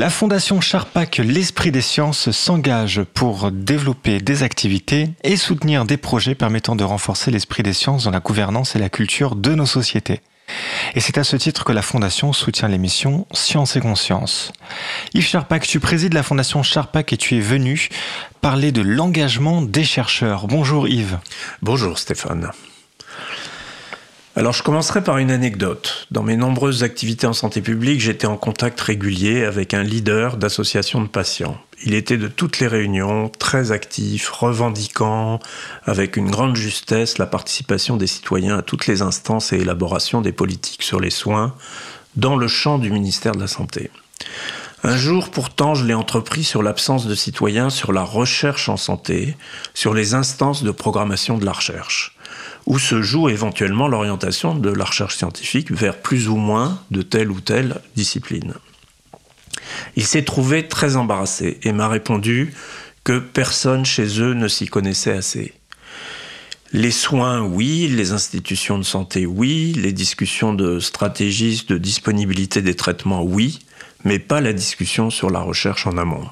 La Fondation Charpak L'Esprit des Sciences s'engage pour développer des activités et soutenir des projets permettant de renforcer l'esprit des sciences dans la gouvernance et la culture de nos sociétés. Et c'est à ce titre que la Fondation soutient l'émission Science et Conscience. Yves Charpak, tu présides la Fondation Charpak et tu es venu parler de l'engagement des chercheurs. Bonjour Yves. Bonjour Stéphane. Alors je commencerai par une anecdote. Dans mes nombreuses activités en santé publique, j'étais en contact régulier avec un leader d'association de patients. Il était de toutes les réunions, très actif, revendiquant, avec une grande justesse, la participation des citoyens à toutes les instances et élaborations des politiques sur les soins dans le champ du ministère de la Santé. Un jour, pourtant, je l'ai entrepris sur l'absence de citoyens sur la recherche en santé, sur les instances de programmation de la recherche, où se joue éventuellement l'orientation de la recherche scientifique vers plus ou moins de telle ou telle discipline. Il s'est trouvé très embarrassé et m'a répondu que personne chez eux ne s'y connaissait assez. Les soins, oui, les institutions de santé, oui, les discussions de stratégies, de disponibilité des traitements, oui, mais pas la discussion sur la recherche en amont.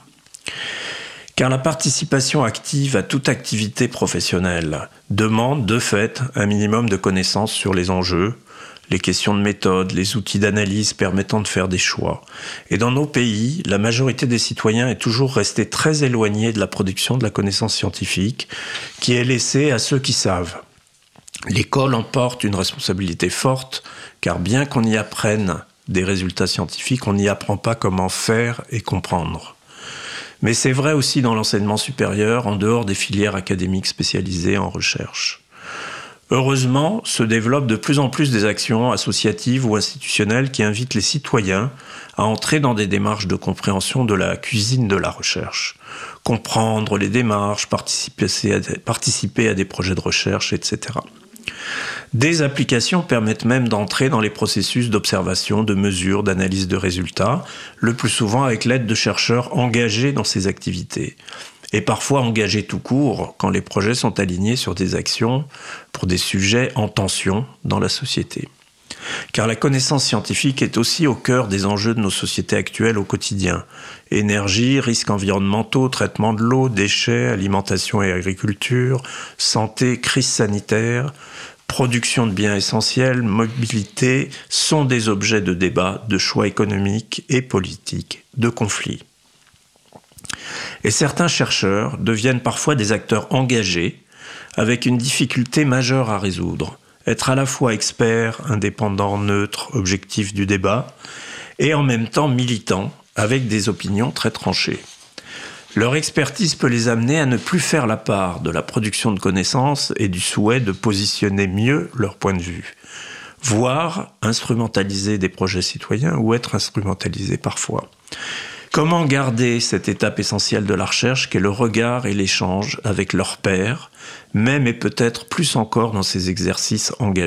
Car la participation active à toute activité professionnelle demande de fait un minimum de connaissances sur les enjeux, les questions de méthode, les outils d'analyse permettant de faire des choix. Et dans nos pays, la majorité des citoyens est toujours restée très éloignée de la production de la connaissance scientifique, qui est laissée à ceux qui savent. L'école en porte une responsabilité forte, car bien qu'on y apprenne des résultats scientifiques, on n'y apprend pas comment faire et comprendre. Mais c'est vrai aussi dans l'enseignement supérieur, en dehors des filières académiques spécialisées en recherche. Heureusement, se développent de plus en plus des actions associatives ou institutionnelles qui invitent les citoyens à entrer dans des démarches de compréhension de la cuisine de la recherche. Comprendre les démarches, participer à des projets de recherche, etc. Des applications permettent même d'entrer dans les processus d'observation, de mesure, d'analyse de résultats, le plus souvent avec l'aide de chercheurs engagés dans ces activités. Et parfois engagés tout court quand les projets sont alignés sur des actions pour des sujets en tension dans la société. Car la connaissance scientifique est aussi au cœur des enjeux de nos sociétés actuelles au quotidien. Énergie, risques environnementaux, traitement de l'eau, déchets, alimentation et agriculture, santé, crise sanitaire, production de biens essentiels, mobilité sont des objets de débat, de choix économiques et politiques, de conflits. Et certains chercheurs deviennent parfois des acteurs engagés avec une difficulté majeure à résoudre. Être à la fois expert, indépendant, neutre, objectif du débat, et en même temps militant, avec des opinions très tranchées. Leur expertise peut les amener à ne plus faire la part de la production de connaissances et du souhait de positionner mieux leur point de vue, voire instrumentaliser des projets citoyens ou être instrumentalisés parfois. Comment garder cette étape essentielle de la recherche qu'est le regard et l'échange avec leurs pairs, même et peut-être plus encore dans ces exercices engagés ?